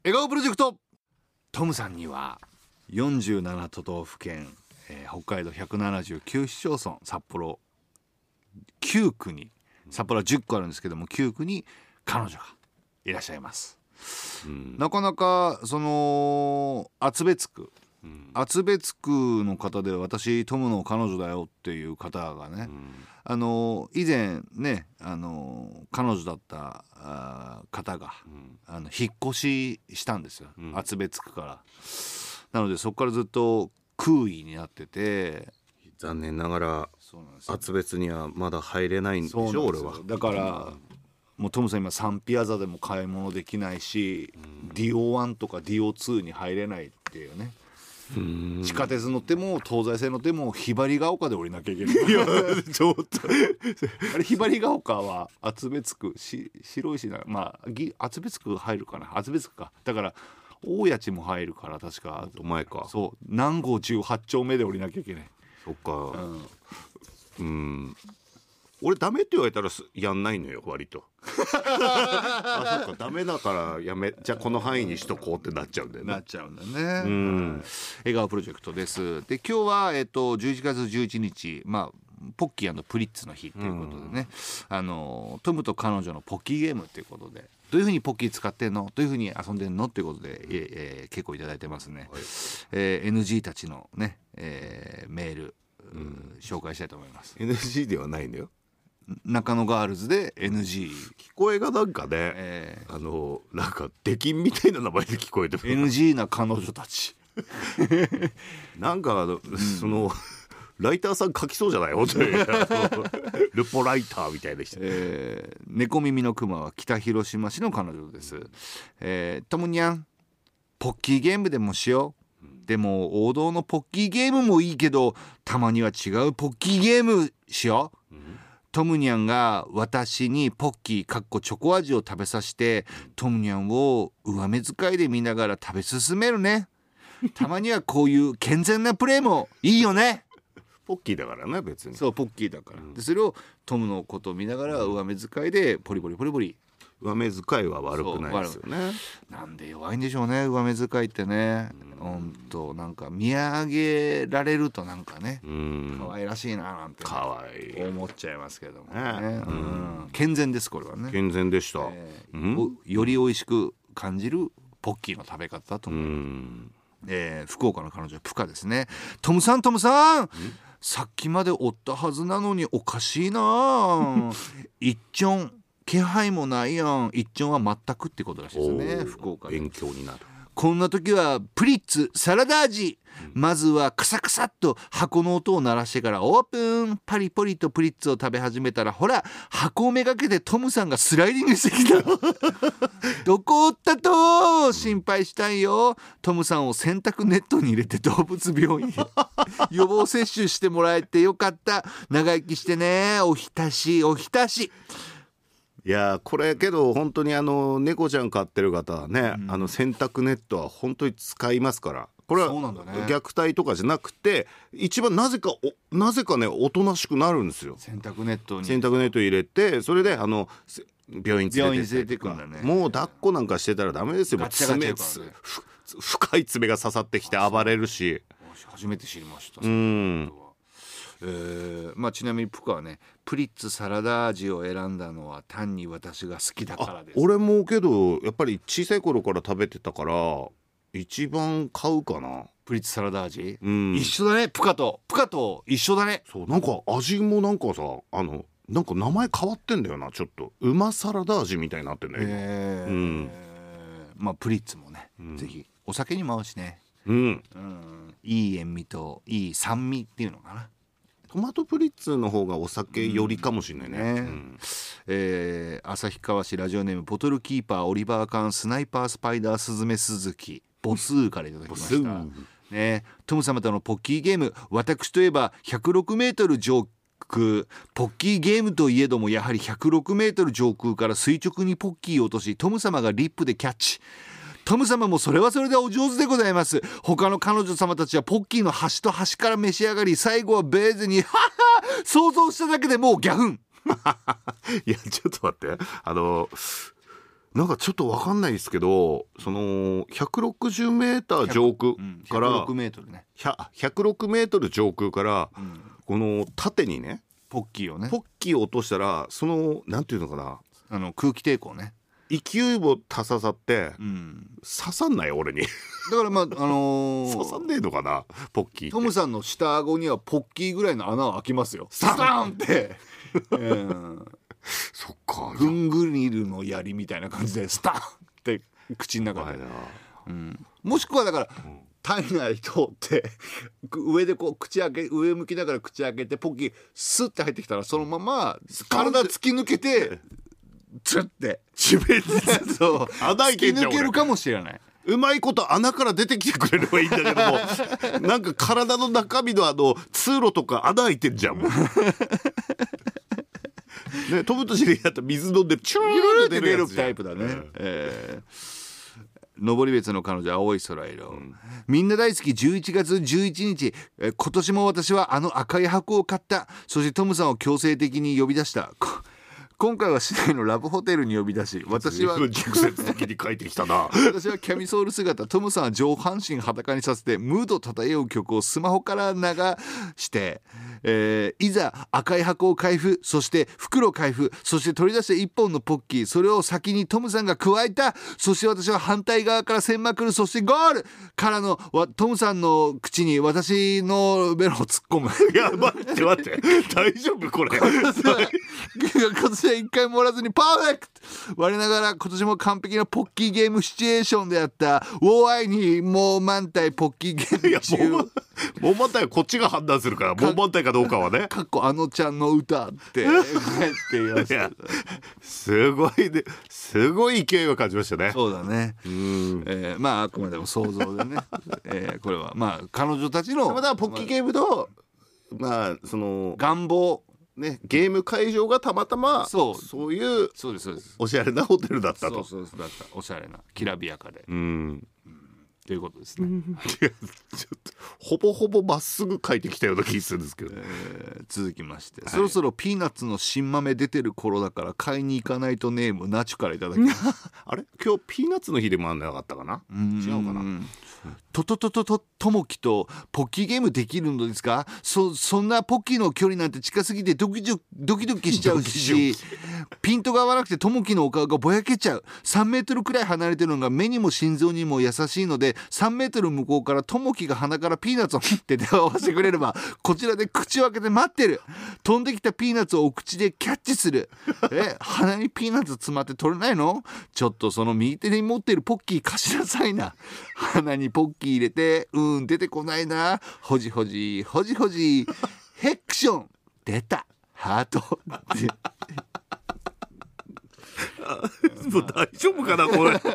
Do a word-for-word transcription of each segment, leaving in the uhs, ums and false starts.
笑顔プロジェクト。トムさんにはよんじゅうなな都道府県、えー、北海道ひゃくななじゅうきゅう市町村、札幌きゅう区に、札幌はじゅっこあるんですけどもきゅう区に彼女がいらっしゃいます、うん、なかなかその厚別区、うん、厚別区の方で私トムの彼女だよっていう方がね、うん、あの以前ねあの彼女だったあ方が、うん、あの引っ越ししたんですよ、うん、厚別区から。なのでそこからずっと空位になってて、 残念ながら厚別にはまだ入れないんでしょ。俺はだから、うん、もうトムさん今サンピアザでも買い物できないし、うん、ディオワン とか ディオツー に入れないっていうね。うん、地下鉄乗っても東西線乗ってもひばりが丘で降りなきゃいけない。いやちょっとあれひばりが丘は厚別区し白石な、まあ厚別区入るかな、厚別区か。だから大谷地も入るから確か前か。 そう南郷じゅうはち丁目で降りなきゃいけない。 そっか、うんうん、俺ダメって言われたらやんないのよ割と。あそっかダメだからやめ、じゃあこの範囲にしとこうってなっちゃうんだよね。 なっちゃうんだね、うん、笑顔プロジェクトです。で今日は、えっと、じゅういちがつじゅういちにち、まあポッキー&プリッツの日ということでね、うん、あのトムと彼女のポッキーゲームということで、どういうふうにポッキー使ってんの、どういうふうに遊んでんのということで、えー、結構いただいてますね、はい。えー、エヌジー たちのね、えー、メール、うん、紹介したいと思います。 エヌジー ではないんだよ、 中野ガールズで エヌジー、 聞こえがなんかね、えー、あのなんか出禁みたいな名前で聞こえてる。 エヌジー な彼女たちなんか、うん、そのライターさん書きそうじゃない本当にルポライターみたいでした、 えー、猫耳のクマは北広島市の彼女です、えー、トムニャンポッキーゲームでもしよう、うん、でも王道のポッキーゲームもいいけどたまには違うポッキーゲームしよう、うん、トムニャンが私にポッキーかっこチョコ味を食べさせて、うん、トムニャンを上目遣いで見ながら食べ進めるね。たまにはこういう健全なプレーもいいよね。 ポッキーだからね別に。 そうポッキーだから、うん、でそれをトムのことを見ながら上目遣いでポリポリポリポリ。 上目遣いは悪くないですよね。 なんで弱いんでしょうね上目遣いってね。ほんとなんか見上げられるとなんかね可愛らしいななんて、ね、 可愛い思っちゃいますけどもね、ね、うん、健全ですこれはね。 健全でした、 えーうん、より美味しく感じるポッキーの食べ方だと思います。うん、えー、福岡の彼女プカですね。トムさんトムさん、さっきまでおったはずなのにおかしいな一ちょん気配もないやん。一ちょんは全くってことらしいですね福岡で。 勉強になる。 こんな時はプリッツサラダ味、うん、まずはカサカサっと箱の音を鳴らしてからオープン。パリポリとプリッツを食べ始めたらほら箱をめがけてトムさんがスライディングしてきたどこおったと心配したいよ。トムさんを洗濯ネットに入れて動物病院へ予防接種してもらえてよかった。長生きしてね。おひたしおひたし。 いやこれけど本当にあの猫ちゃん飼ってる方はね、うん、あの洗濯ネットは本当に使いますから。これは虐待とかじゃなくて一番なぜかおなぜかねおとなしくなるんですよ。 洗濯ネットに洗濯ネット入れてそれであの病院連れてってとか、 ね、 もう抱っこなんかしてたらダメですよ。もう爪深い爪が刺さってきて暴れるし。 初めて知りました。うんえーまあ、ちなみにプカはねプリッツサラダ味を選んだのは単に私が好きだからです。 俺もけどやっぱり小さい頃から食べてたから一番買うかなプリッツサラダ味、うん、一緒だねプカとプカと一緒だね。 そうなんか味もなんかさあのなんか名前変わってんだよな。ちょっとうまサラダ味みたいになってんだよ、えーうんまあ、プリッツもね、うん、ぜひお酒にも合うしね、 うん、 うん、いい塩味といい酸味っていうのかな。 トマトプリッツの方がお酒よりかもしれないね、うんねえー、旭川市ラジオネームボトルキーパーオリバーカンスナイパースパイダースズメスズキボスーからいただきました、ね、トム様とのポッキーゲーム。私といえばひゃくろくメートル上空ポッキーゲームといえどもやはりひゃくろくメートル上空から垂直にポッキーを落としトム様がリップでキャッチ。トム様もそれはそれでお上手でございます。他の彼女様たちはポッキーの端と端から召し上がり最後はベーゼにはは想像しただけでもうギャフンいやちょっと待ってあのなんかちょっと分かんないですけど、そのひゃくろくじゅうメーター上空から、 ひゃくろくメートルね、 ひゃくろくメートル上空から、うん、この縦にねポッキーをねポッキーを落としたら、そのなんていうのかな、 あの空気抵抗ね、 勢いもたささって、うん、刺さんない俺にだからまああのー、 刺さんねえのかなポッキーって。 トムさんの下顎にはポッキーぐらいの穴を開きますよ、スターンって、えー、 そっか、 グングリルの槍みたいな感じでスターンって口の中で、うん、もしくはだから、うん、体内通って上でこう口開け上向きながら口開けてポッキースッて入ってきたら、そのまま体突き抜けてツッて地面にそう穴開いてんじゃん、突き抜けるかもしれない。 うまいこと穴から出てきてくれればいいんだけどもなんか体の中身のあの通路とか穴開いてんじゃんもうね、飛ぶと知り合った水飲んでチューンって出るタイプだね、うん、えー、登別の彼女青い空色、うん、みんな大好きじゅういちがつじゅういちにち、え今年も私はあの赤い箱を買った。そしてトムさんを強制的に呼び出した。今回は市内のラブホテルに呼び出し、私は直接的に書いてきたな私はキャミソール姿、トムさんは上半身裸にさせてムード漂う曲をスマホから流して、えー、いざ赤い箱を開封、そして袋開封、そして取り出して一本のポッキー、それを先にトムさんが加えた。そして私は反対側からせんまくる、そしてゴールからのトムさんの口に私のベロを突っ込む。 いや待って待って大丈夫これ今年は一回もらずにパーフェクト。我ながら今年も完璧なポッキーゲームシチュエーションであったウォーアイにもう満体ポッキーゲーム中。いやもうもう満体はこっちが判断するから、もう満体かどうかはね。 かっこあのちゃんの歌って帰っていました。 すごいね、すごい勢いを感じましたね。 そうだね。うん、えー、まああくまでも想像でね、えー、これはまあ彼女たちのまだポッキーゲームのまあその願望ね、ゲーム会場がたまたまそうそういうそうですそうですおしゃれなホテルだったと。 そうそうだったおしゃれなきらびやかで、 うん、うんということですね。 いやちょっとほぼほぼまっすぐ書いてきたような気するんですけど、 えー、続きまして、はい、そろそろピーナッツの新豆出てる頃だから買いに行かないとネームナチュからいただきますあれ今日ピーナッツの日でもあんなかったかな。違うかな。 とととととともきとポッキーゲームできるのですか。そそんなポッキーの距離なんて近すぎてドキドキドキドキしちゃうしピントが合わなくてともきのお顔がぼやけちゃう。さんメートルくらい離れてるのが目にも心臓にも優しいので、さんメートル向こうからともきが鼻からピーナッツを持って手を合わせてくれればこちらで口を開けて待ってる。飛んできたピーナッツをお口でキャッチする。え鼻にピーナッツ詰まって取れないの。ちょっとその右手に持ってるポッキー貸しなさいな。鼻にポッキー入れてうん出てこないな。ほじほじほじほじヘクション出たハートもう大丈夫かなこれ大丈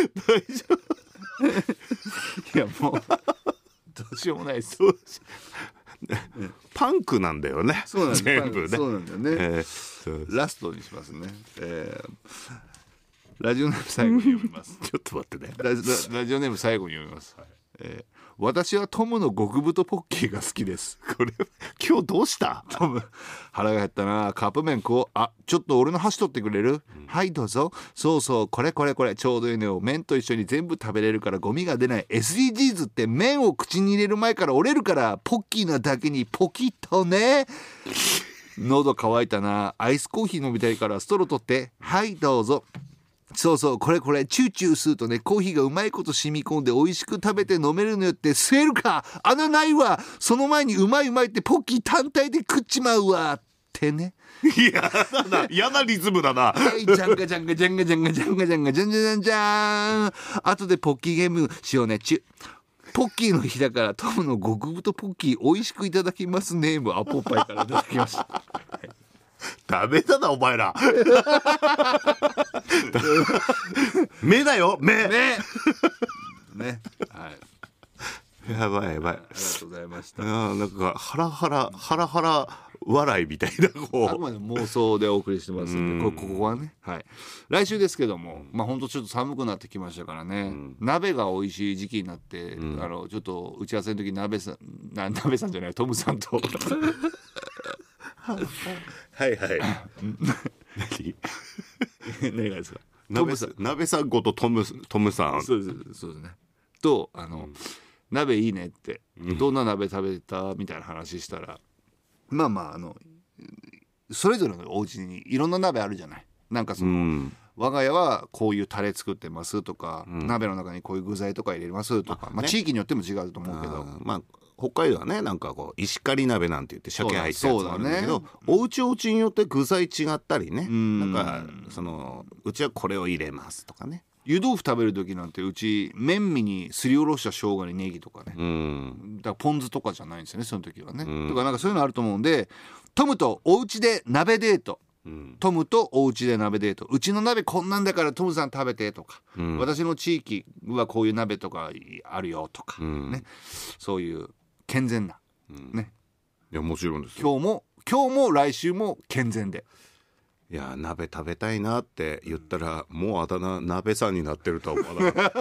夫いやもうどうしようもないです。 パンクなんだよね。 そうなん全部ね。 そうなんだよね、えー、ラストにしますね、えー、ラジオネーム最後に読みますちょっと待ってねラ, ラ, ラジオネーム最後に読みます、はい、えー私はトムの極太ポッキーが好きです。 これ今日どうしたトム腹が減ったな。カップ麺食おう。あちょっと俺の箸取ってくれる、うん、はいどうぞ。そうそうこれこれこれちょうどいいのよ。麺と一緒に全部食べれるからゴミが出ない。 エスディージーズ って麺を口に入れる前から折れるからポッキーなだけにポキッとね喉乾いたな。アイスコーヒー飲みたいからストロー取って。はいどうぞ。そうそうこれこれチューチューするとねコーヒーがうまいこと染み込んで美味しく食べて飲めるのよって。吸えるか穴ないわ。その前にうまいうまいってポッキー単体で食っちまうわってね。 いやだな嫌なリズムだなはいジャンガジャンガジャンガジャンガジャンガジャンガジャンジャンジャンジャン。後でポッキーゲームしようねチュポッキーの日だからトムの極太ポッキー美味しくいただきますネームアポパイからいただきました、はいダメだなお前ら目だよ目ねねはいやばいやばい。ありがとうございました。 なんかハラハラハラハラ笑いみたいなこうあくまで妄想でお送りしてますんで、こここはね、はい、来週ですけども、まあ本当ちょっと寒くなってきましたからね、うん、鍋が美味しい時期になって、うん、あのちょっと打ち合わせの時鍋さんな鍋さんじゃないトムさんとはいはい何何がですか。 鍋さん鍋さんごとトムトムさん。 そうですそうですね。とあの、うん、鍋いいねって、うん、どんな鍋食べたみたいな話したら、まあまああのそれぞれのお家にいろんな鍋あるじゃない。なんかその、うん、我が家はこういうタレ作ってますとか、うん、鍋の中にこういう具材とか入れますとか、まあ、地域によっても違うと思うけど、 まあ北海道はねなんかこう石狩鍋なんて言って鮭入ったやつもあるんだけど、ね、お家お家によって具材違ったりね、うん、なんかそのうちはこれを入れますとかね。 湯豆腐食べる時なんてうち麺味にすりおろした生姜にネギとかね、うん、だからポン酢とかじゃないんですよねその時はね、うん、とかなんかそういうのあると思うんで、トムとお家で鍋デート、うん、トムとお家で鍋デート、うちの鍋こんなんだからトムさん食べてとか、うん、私の地域はこういう鍋とかあるよとか、うん、ね、そういう健全な、うん、ね、 いやもちろんですよ。今日も今日も来週も健全で、 いや鍋食べたいなって言ったら、うん、もうあだ名鍋さんになってるとは思わなか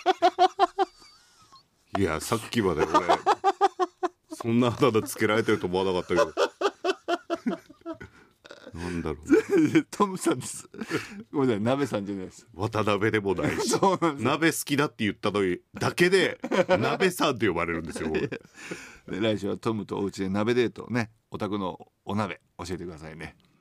ったいやさっきまで俺そんなあだ名つけられてると思わなかったけどなんだろうトムさんです。ごめんなさい、鍋さんじゃないです。 渡辺でもないし鍋好きだって言ったのにだけで鍋さんって呼ばれるんですよで来週はトムとお家で鍋デートね、お宅のお鍋教えてくださいね。